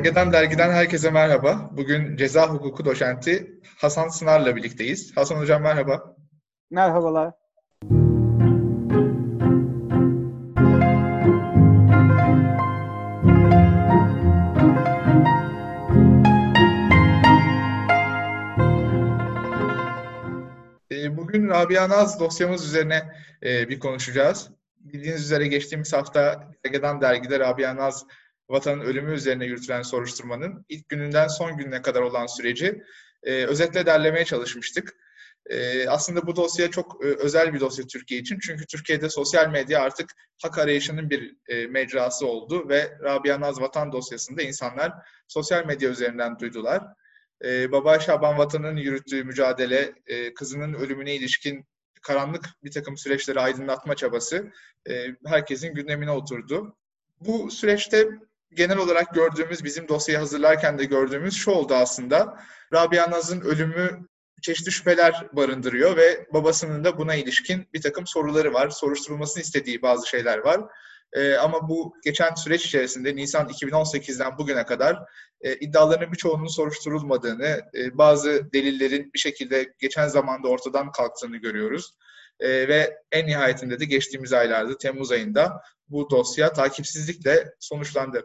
Gergedan Dergi'den herkese merhaba. Bugün ceza hukuku doçenti Hasan Sınar'la birlikteyiz. Hasan Hocam merhaba. Merhabalar. Bugün Rabia Naz dosyamız üzerine bir konuşacağız. Bildiğiniz üzere geçtiğimiz hafta Gergedan Dergi'de Rabia Naz Vatan'ın ölümü üzerine yürütülen soruşturmanın ilk gününden son gününe kadar olan süreci özetle derlemeye çalışmıştık. Aslında bu dosya çok özel bir dosya Türkiye için. Çünkü Türkiye'de sosyal medya artık hak arayışının bir mecrası oldu ve Rabia Naz Vatan dosyasında insanlar sosyal medya üzerinden duydular. Baba Şaban Vatan'ın yürüttüğü mücadele, kızının ölümüne ilişkin karanlık bir takım süreçleri aydınlatma çabası herkesin gündemine oturdu. Bu süreçte genel olarak gördüğümüz, bizim dosyayı hazırlarken de gördüğümüz şu oldu aslında. Rabia Naz'ın ölümü çeşitli şüpheler barındırıyor ve babasının da buna ilişkin bir takım soruları var. Soruşturulmasını istediği bazı şeyler var. Ama bu geçen süreç içerisinde Nisan 2018'den bugüne kadar iddialarının birçoğunun soruşturulmadığını, bazı delillerin bir şekilde geçen zamanda ortadan kalktığını görüyoruz. Ve en nihayetinde de geçtiğimiz aylarda, Temmuz ayında bu dosya takipsizlikle sonuçlandı.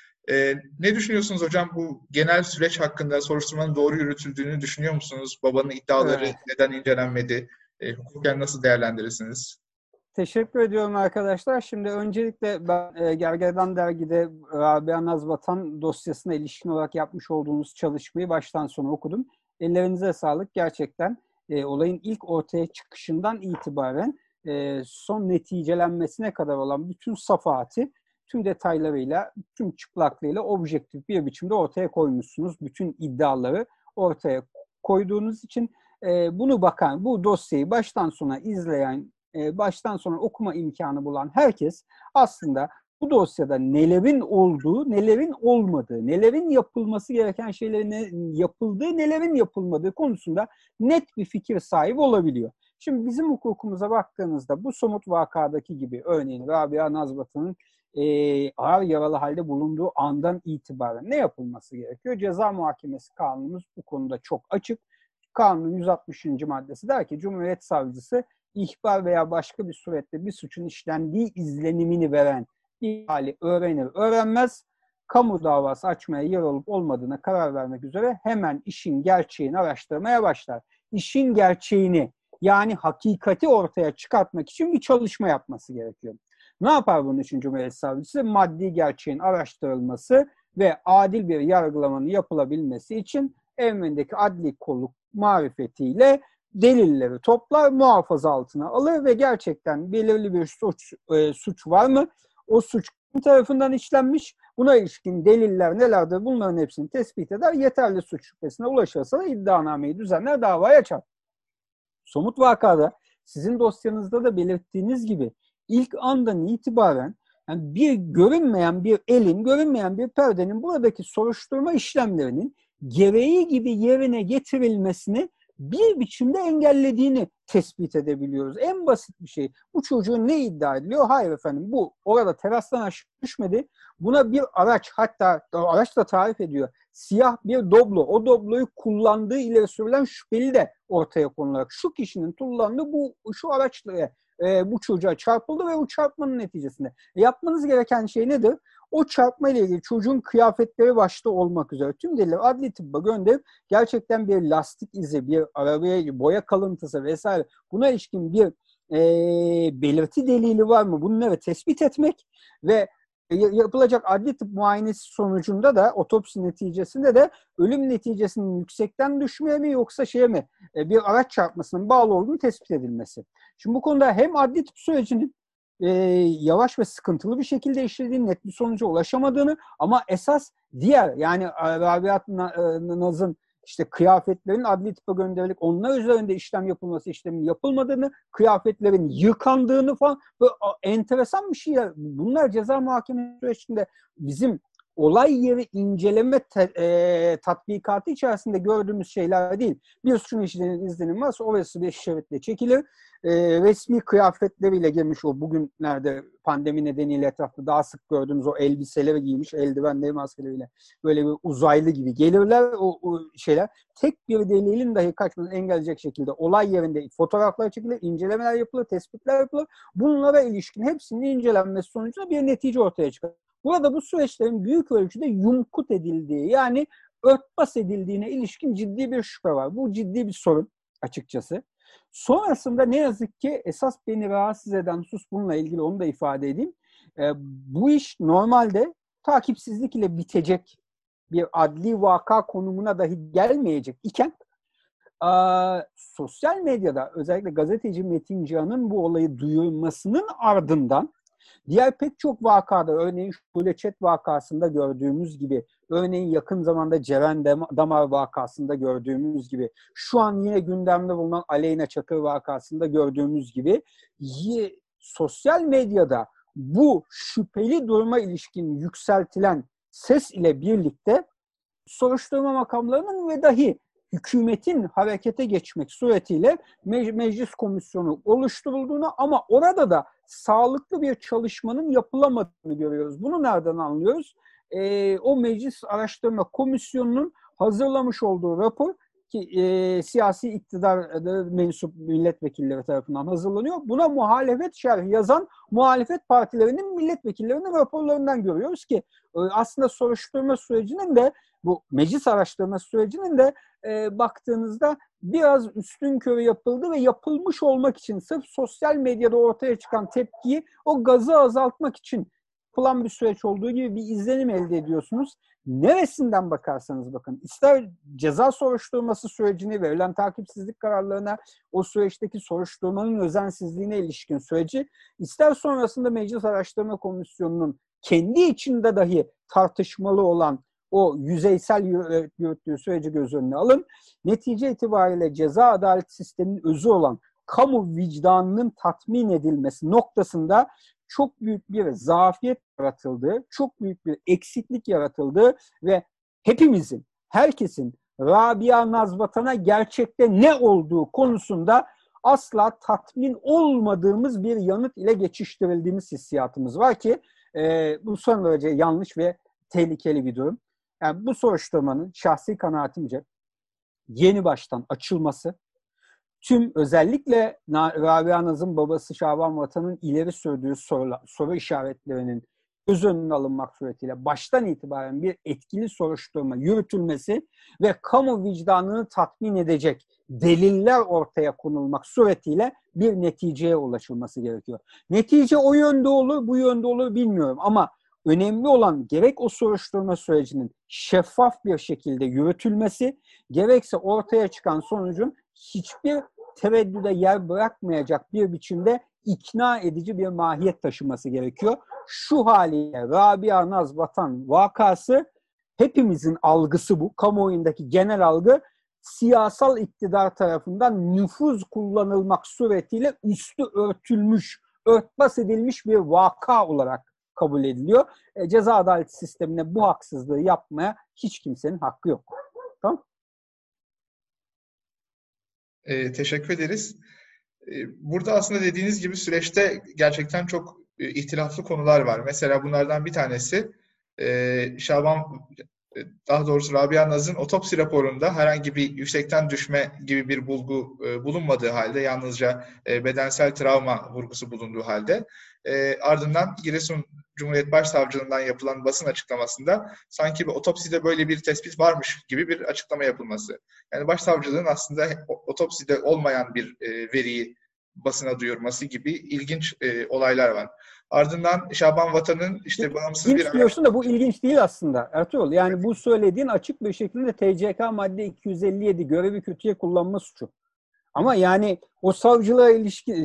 Ne düşünüyorsunuz hocam bu genel süreç hakkında? Soruşturmanın doğru yürütüldüğünü düşünüyor musunuz? Babanın iddiaları Evet. neden incelenmedi? Hukuken nasıl değerlendirirsiniz? Teşekkür ediyorum arkadaşlar. Şimdi öncelikle ben Gergedan Dergi'de Rabia Naz Vatan dosyasına ilişkin olarak yapmış olduğunuz çalışmayı baştan sona okudum. Ellerinize sağlık. Gerçekten olayın ilk ortaya çıkışından itibaren son neticelenmesine kadar olan bütün safahati, tüm detaylarıyla, tüm çıplaklığıyla objektif bir biçimde ortaya koymuşsunuz. Bütün iddiaları ortaya koyduğunuz için bunu bakan, bu dosyayı baştan sona izleyen, baştan sona okuma imkanı bulan herkes aslında bu dosyada nelerin olduğu, nelerin olmadığı, nelerin yapılması gereken şeylerin yapıldığı, nelerin yapılmadığı konusunda net bir fikir sahibi olabiliyor. Şimdi bizim hukukumuza baktığınızda bu somut vakadaki gibi, örneğin Rabia Naz Vatan'ın ağır yaralı halde bulunduğu andan itibaren ne yapılması gerekiyor? Ceza Muhakemesi Kanunumuz bu konuda çok açık. Kanunun 160. maddesi der ki Cumhuriyet Savcısı ihbar veya başka bir surette bir suçun işlendiği izlenimini veren ihlali öğrenir öğrenmez, kamu davası açmaya yer olup olmadığına karar vermek üzere hemen işin gerçeğini araştırmaya başlar. İşin gerçeğini, yani hakikati ortaya çıkartmak için bir çalışma yapması gerekiyor. Ne yapar bunun için Cumhuriyet Savcısı? Maddi gerçeğin araştırılması ve adil bir yargılamanın yapılabilmesi için emrindeki adli kolluk marifetiyle delilleri toplar, muhafaza altına alır ve gerçekten belirli bir suç var mı? O suç kim tarafından işlenmiş? Buna ilişkin deliller nelerdir? Bunların hepsini tespit eder. Yeterli suç şüphesine ulaşırsa da iddianameyi düzenler, davayı açar. Somut vakada sizin dosyanızda da belirttiğiniz gibi ilk andan itibaren yani bir görünmeyen bir elin, görünmeyen bir perdenin buradaki soruşturma işlemlerinin gereği gibi yerine getirilmesini bir biçimde engellediğini tespit edebiliyoruz. En basit bir şey. Bu çocuğun ne iddia ediliyor? Hayır efendim, bu orada terastan aşağı düşmedi. Buna bir araç, hatta araç da tarif ediyor. Siyah bir doblo. O dobloyu kullandığı ileri sürülen şüpheli de ortaya konularak şu kişinin kullandığı şu araçla bu çocuğa çarpıldı ve bu çarpmanın neticesinde. Yapmanız gereken şey nedir? O çarpma ile ilgili çocuğun kıyafetleri başta olmak üzere tüm delilleri adli tıbba gönderip gerçekten bir lastik izi, bir arabaya boya kalıntısı vesaire buna ilişkin bir belirti delili var mı? Bunları tespit etmek ve yapılacak adli tıp muayenesi sonucunda da otopsi neticesinde de ölüm neticesinin yüksekten düşmeye mi yoksa bir araç çarpmasının bağlı olduğunu tespit edilmesi. Şimdi bu konuda hem adli tıp sürecinin yavaş ve sıkıntılı bir şekilde işlediğini, net bir sonuca ulaşamadığını ama esas diğer yani Rabia Naz'ın işte kıyafetlerin adli tıpa gönderilip onlar üzerinde işlem yapılması, işlemin yapılmadığını, kıyafetlerin yıkandığını falan böyle enteresan bir şey. Bunlar ceza muhakemesi süreçinde bizim olay yeri inceleme tatbikatı içerisinde gördüğümüz şeyler değil. Bir suçun izlenim varsa orası bir şeritle çekilir. Resmi kıyafetleriyle girmiş, o bugünlerde pandemi nedeniyle etrafta daha sık gördüğümüz o elbiseleri giymiş, eldivenleri, maskeleriyle böyle bir uzaylı gibi gelirler o şeyler. Tek bir delilin dahi kaçmasını engelleyecek şekilde olay yerinde fotoğraflar çekilir, incelemeler yapılır, tespitler yapılır. Bunlara ilişkin hepsinin incelenmesi sonucunda bir netice ortaya çıkar. Burada bu süreçlerin büyük ölçüde yumkut edildiği, yani örtbas edildiğine ilişkin ciddi bir şüphe var. Bu ciddi bir sorun açıkçası. Sonrasında ne yazık ki esas beni rahatsız eden husus, bununla ilgili onu da ifade edeyim. Bu iş normalde takipsizlik ile bitecek bir adli vaka konumuna dahi gelmeyecek iken sosyal medyada özellikle gazeteci Metin Cihan'ın bu olayı duyurmasının ardından diğer pek çok vakada, örneğin Şule Çet vakasında gördüğümüz gibi, örneğin yakın zamanda Ceren Damar vakasında gördüğümüz gibi, şu an yine gündemde bulunan Aleyna Çakır vakasında gördüğümüz gibi, sosyal medyada bu şüpheli duruma ilişkin yükseltilen ses ile birlikte soruşturma makamlarının ve dahi hükümetin harekete geçmek suretiyle meclis komisyonu oluşturulduğunu, ama orada da sağlıklı bir çalışmanın yapılamadığını görüyoruz. Bunu nereden anlıyoruz? O meclis araştırma komisyonunun hazırlamış olduğu rapor, ki siyasi iktidar mensup milletvekilleri tarafından hazırlanıyor. Buna muhalefet şerhi yazan muhalefet partilerinin milletvekillerinin raporlarından görüyoruz ki aslında soruşturma sürecinin de, bu meclis araştırma sürecinin de baktığınızda biraz üstünkörü yapıldı ve yapılmış olmak için, sırf sosyal medyada ortaya çıkan tepkiyi, o gazı azaltmak için yapılan bir süreç olduğu gibi bir izlenim elde ediyorsunuz. Neresinden bakarsanız bakın, ister ceza soruşturması sürecini, verilen takipsizlik kararlarına, o süreçteki soruşturmanın özensizliğine ilişkin süreci, ister sonrasında Meclis Araştırma Komisyonu'nun kendi içinde dahi tartışmalı olan o yüzeysel yürüttüğü süreci göz önüne alın. Netice itibariyle ceza adalet sisteminin özü olan kamu vicdanının tatmin edilmesi noktasında çok büyük bir zafiyet yaratıldığı, çok büyük bir eksiklik yaratıldığı ve hepimizin, herkesin Rabia Nazvatan'a gerçekte ne olduğu konusunda asla tatmin olmadığımız bir yanıt ile geçiştirildiğimiz hissiyatımız var ki bu son derece yanlış ve tehlikeli bir durum. Yani bu soruşturmanın şahsi kanaatimce yeni baştan açılması, tüm özellikle Rabia Naz'ın babası Şaban Vatan'ın ileri sürdüğü soru işaretlerinin göz önüne alınmak suretiyle baştan itibaren bir etkili soruşturma yürütülmesi ve kamu vicdanını tatmin edecek deliller ortaya konulmak suretiyle bir neticeye ulaşılması gerekiyor. Netice o yönde olur, bu yönde olur bilmiyorum, ama önemli olan gerek o soruşturma sürecinin şeffaf bir şekilde yürütülmesi, gerekse ortaya çıkan sonucun hiçbir tereddüde yer bırakmayacak bir biçimde ikna edici bir mahiyet taşıması gerekiyor. Şu haliyle Rabia Naz Vatan vakası, hepimizin algısı bu. Kamuoyundaki genel algı, siyasal iktidar tarafından nüfuz kullanılmak suretiyle üstü örtülmüş, örtbas edilmiş bir vaka olarak kabul ediliyor. Ceza adalet sistemine bu haksızlığı yapmaya hiç kimsenin hakkı yok. Tamam? Teşekkür ederiz. Burada aslında dediğiniz gibi süreçte gerçekten çok ihtilaflı konular var. Mesela bunlardan bir tanesi daha doğrusu Rabia Naz'ın otopsi raporunda herhangi bir yüksekten düşme gibi bir bulgu bulunmadığı halde, yalnızca bedensel travma vurgusu bulunduğu halde, ardından Giresun Cumhuriyet Başsavcılığından yapılan basın açıklamasında sanki bir otopside böyle bir tespit varmış gibi bir açıklama yapılması. Yani başsavcılığın aslında otopside olmayan bir veriyi basına duyurması gibi ilginç olaylar var. Ardından Şaban Vatan'ın işte bağımsız bir... diyorsun da bu ilginç değil aslında Ertuğrul. Yani bu söylediğin açık bir şekilde TCK madde 257 görevi kötüye kullanma suçu. Ama yani o savcılığa ilişkin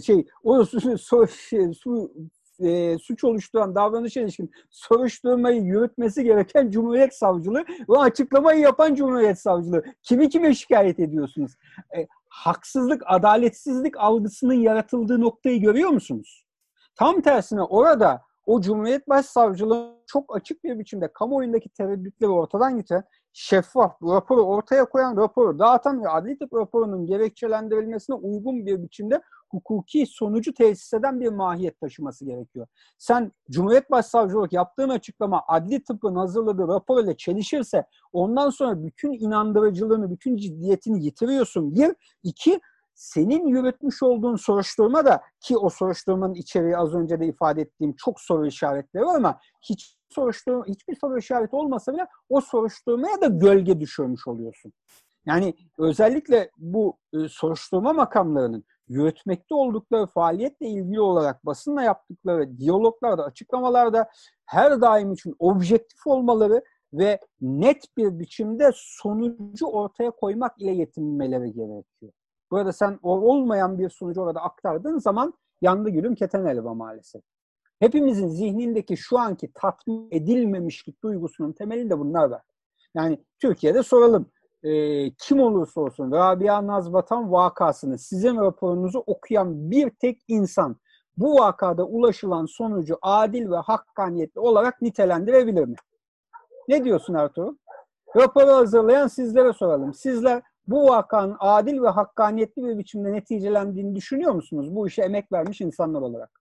suç oluşturan davranışa ilişkin soruşturmayı yürütmesi gereken Cumhuriyet Savcılığı ve açıklamayı yapan Cumhuriyet Savcılığı. Kimi kime şikayet ediyorsunuz? Haksızlık, adaletsizlik algısının yaratıldığı noktayı görüyor musunuz? Tam tersine orada o Cumhuriyet Başsavcılığı çok açık bir biçimde kamuoyundaki tereddütleri ortadan getiren, şeffaf, raporu ortaya koyan, raporu dağıtan ve adli tıp raporunun gerekçelendirilmesine uygun bir biçimde hukuki sonucu tesis eden bir mahiyet taşıması gerekiyor. Sen Cumhuriyet Başsavcılık yaptığın açıklama adli tıbbın hazırladığı rapor ile çelişirse ondan sonra bütün inandırıcılığını, bütün ciddiyetini yitiriyorsun. Bir, iki, senin yürütmüş olduğun soruşturma da, ki o soruşturmanın içeriği az önce de ifade ettiğim çok soru işaretleri var ama hiçbir soru işareti olmasa bile o soruşturmaya da gölge düşürmüş oluyorsun. Yani özellikle bu soruşturma makamlarının yürütmekte oldukları faaliyetle ilgili olarak basınla yaptıkları diyaloglarda, açıklamalarda her daim için objektif olmaları ve net bir biçimde sonucu ortaya koymak ile yetinmeleri gerekiyor. Burada sen olmayan bir sonucu orada aktardığın zaman yandı gülüm keten elba maalesef. Hepimizin zihnindeki şu anki tatmin edilmemişlik duygusunun temelinde bunlar var. Yani Türkiye'de soralım. Kim olursa olsun Rabia Naz Vatan vakasını, sizin raporunuzu okuyan bir tek insan bu vakada ulaşılan sonucu adil ve hakkaniyetli olarak nitelendirebilir mi? Ne diyorsun Ertuğrul? Raporu hazırlayan sizlere soralım. Sizler bu vakanın adil ve hakkaniyetli bir biçimde neticelendiğini düşünüyor musunuz? Bu işe emek vermiş insanlar olarak.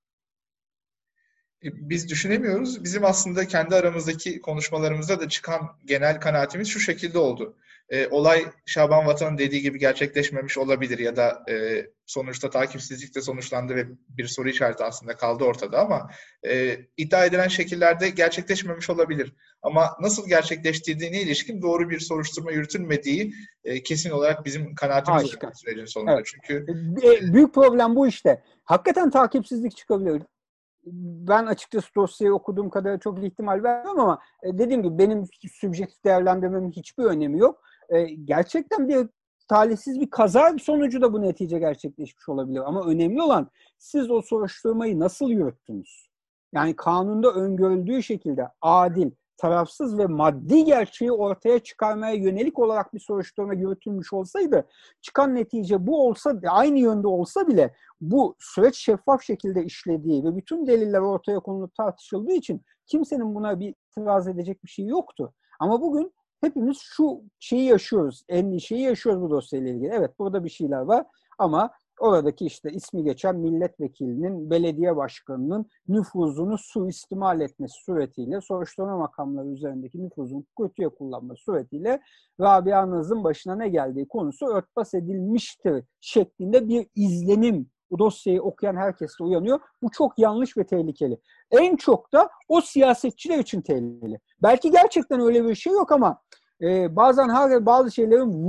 Biz düşünemiyoruz. Bizim aslında kendi aramızdaki konuşmalarımızda da çıkan genel kanaatimiz şu şekilde oldu. Olay Şaban Vatan'ın dediği gibi gerçekleşmemiş olabilir ya da sonuçta takipsizlikle sonuçlandı ve bir soru işareti aslında kaldı ortada ama iddia edilen şekillerde gerçekleşmemiş olabilir. Ama nasıl gerçekleştirdiğine ilişkin doğru bir soruşturma yürütülmediği kesin olarak bizim kanaatimiz oldu sürecin sonunda. Evet. Çünkü büyük problem bu işte. Hakikaten takipsizlik çıkabilir. Ben açıkçası dosyayı okuduğum kadar çok ihtimal vermiyorum ama dediğim gibi benim sübjektif değerlendirmemin hiçbir önemi yok. Gerçekten bir talihsiz bir kaza sonucu da bu netice gerçekleşmiş olabilir. Ama önemli olan siz o soruşturmayı nasıl yürüttünüz? Yani kanunda öngörüldüğü şekilde adil, tarafsız ve maddi gerçeği ortaya çıkarmaya yönelik olarak bir soruşturma yürütülmüş olsaydı, çıkan netice bu olsa, aynı yönde olsa bile bu süreç şeffaf şekilde işlediği ve bütün deliller ortaya konulup tartışıldığı için kimsenin buna bir itiraz edecek bir şey yoktu. Ama bugün hepimiz şu şeyi yaşıyoruz, endişeyi yaşıyoruz bu dosyayla ilgili. Evet, burada bir şeyler var ama oradaki işte ismi geçen milletvekilinin, belediye başkanının nüfuzunu suistimal etmesi suretiyle, soruşturma makamları üzerindeki nüfuzunu kötüye kullanması suretiyle Rabia Naz'ın başına ne geldiği konusu örtbas edilmiştir şeklinde bir izlenim bu dosyayı okuyan herkes de uyanıyor. Bu çok yanlış ve tehlikeli. En çok da o siyasetçiler için tehlikeli. Belki gerçekten öyle bir şey yok ama bazen bazı şeylerin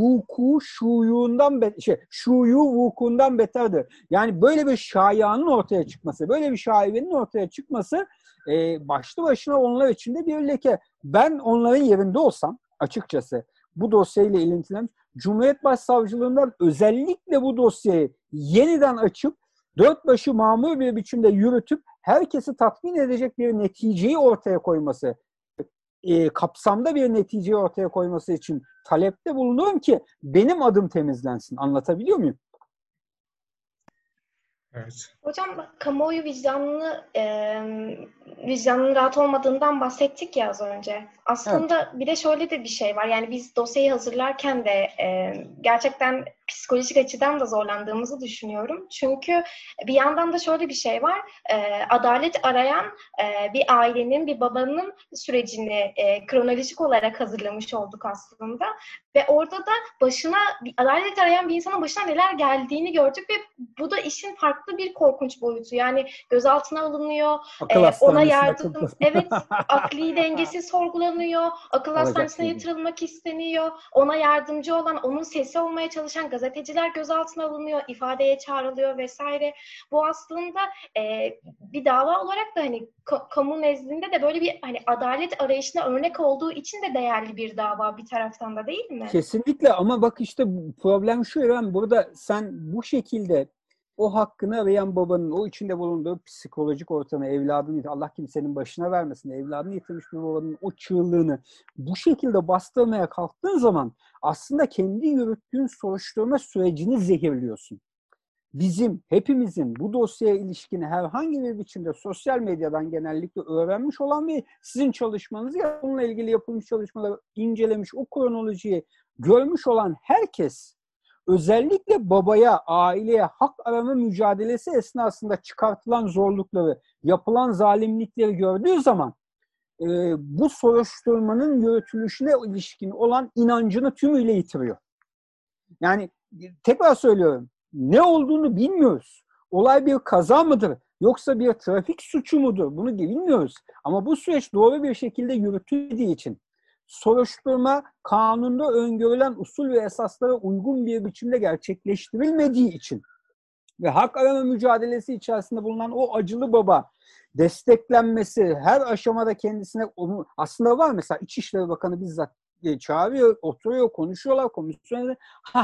şuyu vukuundan beterdir. Yani böyle bir şayanın ortaya çıkması, böyle bir şaibenin ortaya çıkması başlı başına onlar için de bir leke. Ben onların yerinde olsam açıkçası bu dosyayla ilintilenmiş Cumhuriyet Başsavcılığından özellikle bu dosyayı yeniden açıp dört başı mamur bir biçimde yürütüp herkesi tatmin edecek bir neticeyi ortaya koyması, kapsamda bir neticeyi ortaya koyması için talepte bulunuyorum ki benim adım temizlensin. Anlatabiliyor muyum? Evet. Hocam kamuoyu vicdanının rahat olmadığından bahsettik ya az önce. Aslında evet. Bir de şöyle de bir şey var. Yani biz dosyayı hazırlarken de gerçekten psikolojik açıdan da zorlandığımızı düşünüyorum. Çünkü bir yandan da şöyle bir şey var. Adalet arayan bir ailenin, bir babanın sürecini kronolojik olarak hazırlamış olduk aslında. Ve orada da adalet arayan bir insanın başına neler geldiğini gördük ve bu da işin farklı bir korkunç boyutu. Yani gözaltına alınıyor, ona yardım, evet, akli dengesi sorgulanıyor, akıl hastanesine yatırılmak isteniyor, ona yardımcı olan, onun sesi olmaya çalışan gazeteciler gözaltına alınıyor, ifadeye çağrılıyor vesaire. Bu aslında bir dava olarak da hani kamu nezdinde de böyle bir hani adalet arayışına örnek olduğu için de değerli bir dava bir taraftan da, değil mi? Kesinlikle ama bak işte problem şu İrem, burada sen bu şekilde o hakkını arayan babanın o içinde bulunduğu psikolojik ortamı, evladını, Allah kimsenin başına vermesin, evladını yitirmiş bir babanın o çığlığını bu şekilde bastırmaya kalktığın zaman aslında kendi yürüttüğün soruşturma sürecini zehirliyorsun. bizim, hepimizin bu dosyaya ilişkin herhangi bir biçimde sosyal medyadan genellikle öğrenmiş olan ve sizin çalışmanızı ya bununla ilgili yapılmış çalışmaları incelemiş, o kronolojiyi görmüş olan herkes özellikle babaya, aileye hak arama mücadelesi esnasında çıkartılan zorlukları, yapılan zalimlikleri gördüğü zaman bu soruşturmanın yürütülüşüne ilişkin olan inancını tümüyle yitiriyor. Yani tekrar söylüyorum, ne olduğunu bilmiyoruz. Olay bir kaza mıdır? Yoksa bir trafik suçu mudur? Bunu bilmiyoruz. Ama bu süreç doğru bir şekilde yürütülmediği için, soruşturma kanunda öngörülen usul ve esaslara uygun bir biçimde gerçekleştirilmediği için ve hak arama mücadelesi içerisinde bulunan o acılı baba desteklenmesi, her aşamada kendisine aslında var mesela İçişleri Bakanı bizzat çağırıyor, oturuyor, konuşuyorlar komisyonda.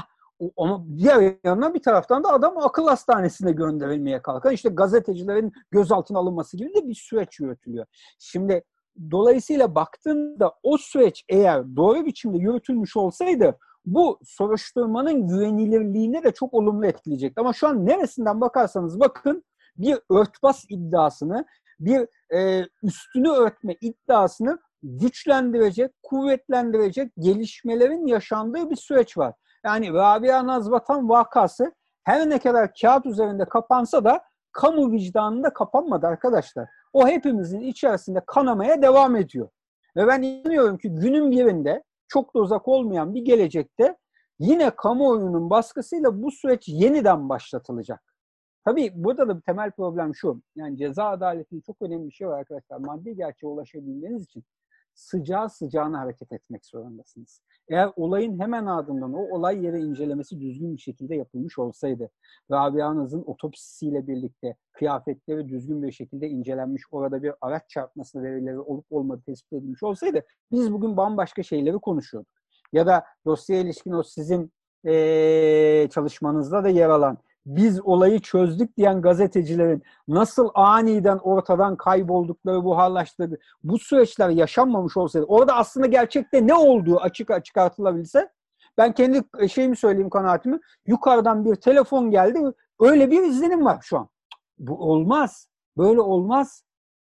Ama diğer yandan bir taraftan da adam akıl hastanesine gönderilmeye kalkan işte gazetecilerin gözaltına alınması gibi de bir süreç yürütülüyor. Şimdi dolayısıyla baktığında o süreç eğer doğru biçimde yürütülmüş olsaydı bu soruşturmanın güvenilirliğine de çok olumlu etkileyecekti. Ama şu an neresinden bakarsanız bakın bir örtbas iddiasını, bir üstünü örtme iddiasını güçlendirecek, kuvvetlendirecek gelişmelerin yaşandığı bir süreç var. Yani Rabia Nazvatan vakası her ne kadar kağıt üzerinde kapansa da kamu vicdanında kapanmadı arkadaşlar. O hepimizin içerisinde kanamaya devam ediyor. Ve ben inanıyorum ki günün birinde çok da uzak olmayan bir gelecekte yine kamuoyunun baskısıyla bu süreç yeniden başlatılacak. Tabii burada da bir temel problem şu. Yani ceza adaletinin çok önemli bir şey var arkadaşlar. Maddi gerçeğe ulaşabilmeniz için sıcağı sıcağına hareket etmek zorundasınız. Eğer olayın hemen ardından o olay yeri incelemesi düzgün bir şekilde yapılmış olsaydı, Rabia'nızın otopsisiyle birlikte kıyafetleri düzgün bir şekilde incelenmiş, orada bir araç çarpması verileri olup olmadığı tespit edilmiş olsaydı, biz bugün bambaşka şeyleri konuşuyorduk. Ya da dosyaya ilişkin o sizin çalışmanızda da yer alan, biz olayı çözdük diyen gazetecilerin nasıl aniden ortadan kayboldukları, buharlaştığı, bu süreçler yaşanmamış olsaydı, orada aslında gerçekte ne olduğu açık çıkartılabilse, ben kendi şeyimi söyleyeyim, kanaatimi, yukarıdan bir telefon geldi, öyle bir izlenim var şu an. Bu olmaz. Böyle olmaz.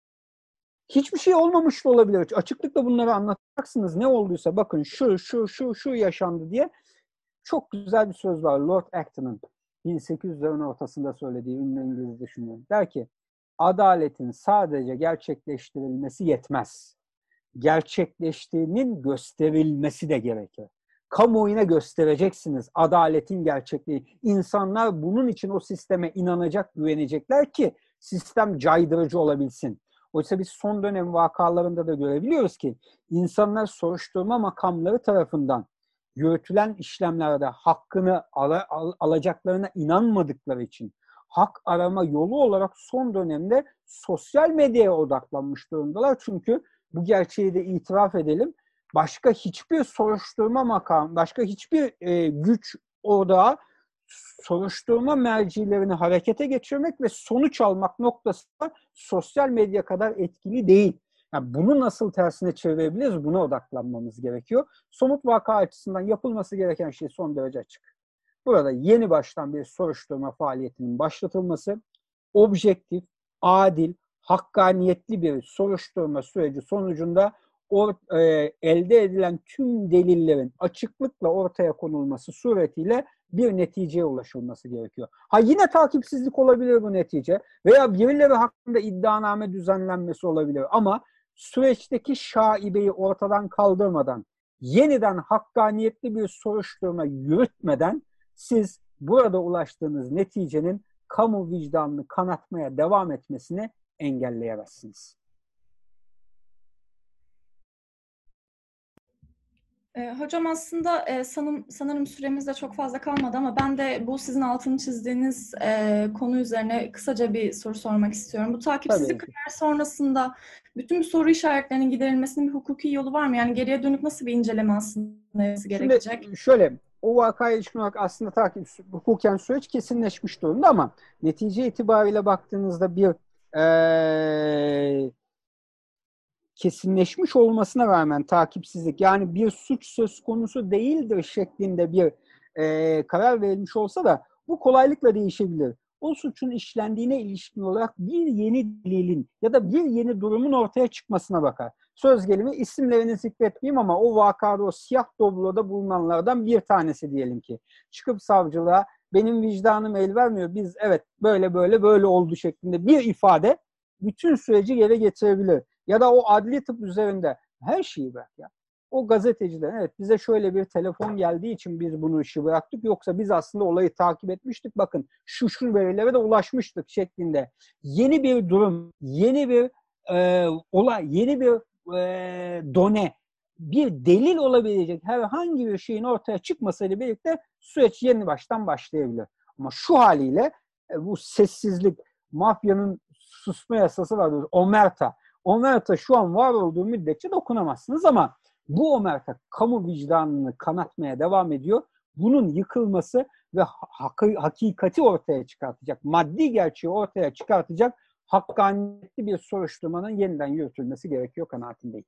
Hiçbir şey olmamış da olabilir. Açıklıkla bunları anlatacaksınız. Ne olduysa bakın şu yaşandı diye. Çok güzel bir söz var Lord Acton'ın 1800'lerin ortasında söylediği ünlü İngiliz düşünüyor. Der ki, adaletin sadece gerçekleştirilmesi yetmez. Gerçekleştiğinin gösterilmesi de gerekir. Kamuoyuna göstereceksiniz adaletin gerçekliği. İnsanlar bunun için o sisteme inanacak, güvenecekler ki sistem caydırıcı olabilsin. Oysa biz son dönem vakalarında da görebiliyoruz ki insanlar soruşturma makamları tarafından yürütülen işlemlerde hakkını alacaklarına inanmadıkları için hak arama yolu olarak son dönemde sosyal medyaya odaklanmış durumdalar. Çünkü bu gerçeği de itiraf edelim. Başka hiçbir soruşturma makamı, başka hiçbir güç odağı soruşturma mercilerini harekete geçirmek ve sonuç almak noktasında sosyal medya kadar etkili değil. Yani bunu nasıl tersine çevirebiliriz? Buna odaklanmamız gerekiyor. Somut vaka açısından yapılması gereken şey son derece açık. Burada yeni baştan bir soruşturma faaliyetinin başlatılması, objektif, adil, hakkaniyetli bir soruşturma süreci sonucunda elde edilen tüm delillerin açıklıkla ortaya konulması suretiyle bir neticeye ulaşılması gerekiyor. Yine takipsizlik olabilir bu netice veya birileri hakkında iddianame düzenlenmesi olabilir ama süreçteki şaibeyi ortadan kaldırmadan, yeniden hakkaniyetli bir soruşturma yürütmeden siz burada ulaştığınız neticenin kamu vicdanını kanatmaya devam etmesini engelleyemezsiniz. Hocam aslında sanırım süremiz de çok fazla kalmadı ama ben de bu sizin altını çizdiğiniz konu üzerine kısaca bir soru sormak istiyorum. Bu takipsizlik kararı sonrasında bütün bu soru işaretlerinin giderilmesinin bir hukuki yolu var mı? Yani geriye dönük nasıl bir inceleme aslında gerekecek? Şimdi şöyle, o vakaya ilişkin olarak aslında hukuken süreç kesinleşmiş durumda ama netice itibariyle baktığınızda bir kesinleşmiş olmasına rağmen takipsizlik, yani bir suç söz konusu değildir şeklinde bir karar verilmiş olsa da bu kolaylıkla değişebilir. o suçun işlendiğine ilişkin olarak bir yeni delilin ya da bir yeni durumun ortaya çıkmasına bakar. Söz gelimi isimlerini zikretmeyeyim ama o vakada o siyah dobloda bulunanlardan bir tanesi diyelim ki. Çıkıp savcılığa benim vicdanım el vermiyor, biz evet böyle böyle böyle oldu şeklinde bir ifade bütün süreci geri getirebilir. Ya da o adli tıp üzerinde her şeyi bırak ya. O gazeteciler evet bize şöyle bir telefon geldiği için biz bunu işi bıraktık. Yoksa biz aslında olayı takip etmiştik. Bakın şu verilere de ulaşmıştık şeklinde. Yeni bir durum, yeni bir olay, yeni bir done, bir delil olabilecek herhangi bir şeyin ortaya çıkmasıyla birlikte süreç yeni baştan başlayabilir. Ama şu haliyle bu sessizlik, mafyanın susma yasası vardır. Omerta. Omerta şu an var olduğu müddetçe dokunamazsınız ama bu omerta kamu vicdanını kanatmaya devam ediyor. Bunun yıkılması ve hakikati ortaya çıkartacak, maddi gerçeği ortaya çıkartacak hakkaniyetli bir soruşturmanın yeniden yürütülmesi gerekiyor kanaatindeyim.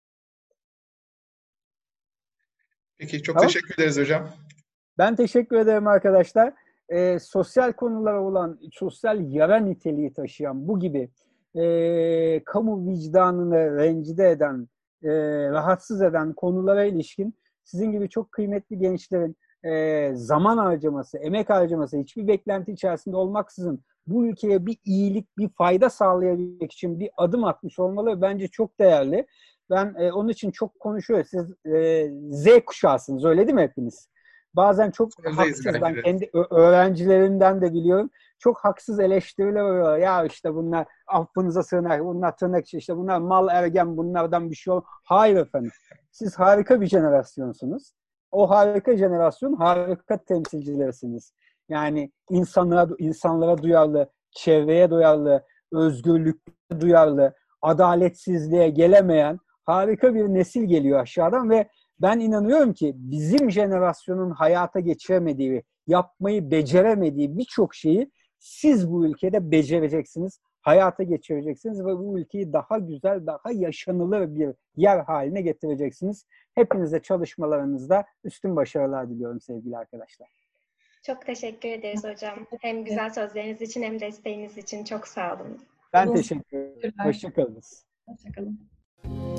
Peki çok Tamam. teşekkür ederiz hocam. Ben teşekkür ederim arkadaşlar. Sosyal konulara olan, sosyal yara niteliği taşıyan bu gibi kamu vicdanını rencide eden, rahatsız eden konulara ilişkin sizin gibi çok kıymetli gençlerin zaman harcaması, emek harcaması, hiçbir beklenti içerisinde olmaksızın bu ülkeye bir iyilik, bir fayda sağlayabilmek için bir adım atmış olmaları bence çok değerli. Ben onun için çok konuşuyorum. Siz Z kuşağısınız, öyle değil mi hepiniz? Bazen çok haksız, ben kendi öğrencilerimden de biliyorum. Çok haksız eleştiriler oluyor. Ya işte bunlar affınıza sığınar, bunlar tırnak içi, işte bunlar mal ergen, bunlardan bir şey olur. Hayır efendim. Siz harika bir jenerasyonsunuz. O harika jenerasyon harika temsilcilerisiniz. Yani insanlara duyarlı, çevreye duyarlı, özgürlüklere duyarlı, adaletsizliğe gelemeyen harika bir nesil geliyor aşağıdan ve ben inanıyorum ki bizim jenerasyonun hayata geçiremediği, yapmayı beceremediği birçok şeyi siz bu ülkede becereceksiniz, hayata geçireceksiniz ve bu ülkeyi daha güzel, daha yaşanılır bir yer haline getireceksiniz. Hepinize çalışmalarınızda üstün başarılar diliyorum sevgili arkadaşlar. Çok teşekkür ederiz hocam. Hem güzel sözleriniz için hem desteğiniz için çok sağ olun. Ben teşekkür ederim. Hoşça kalın. Hoşça kalın.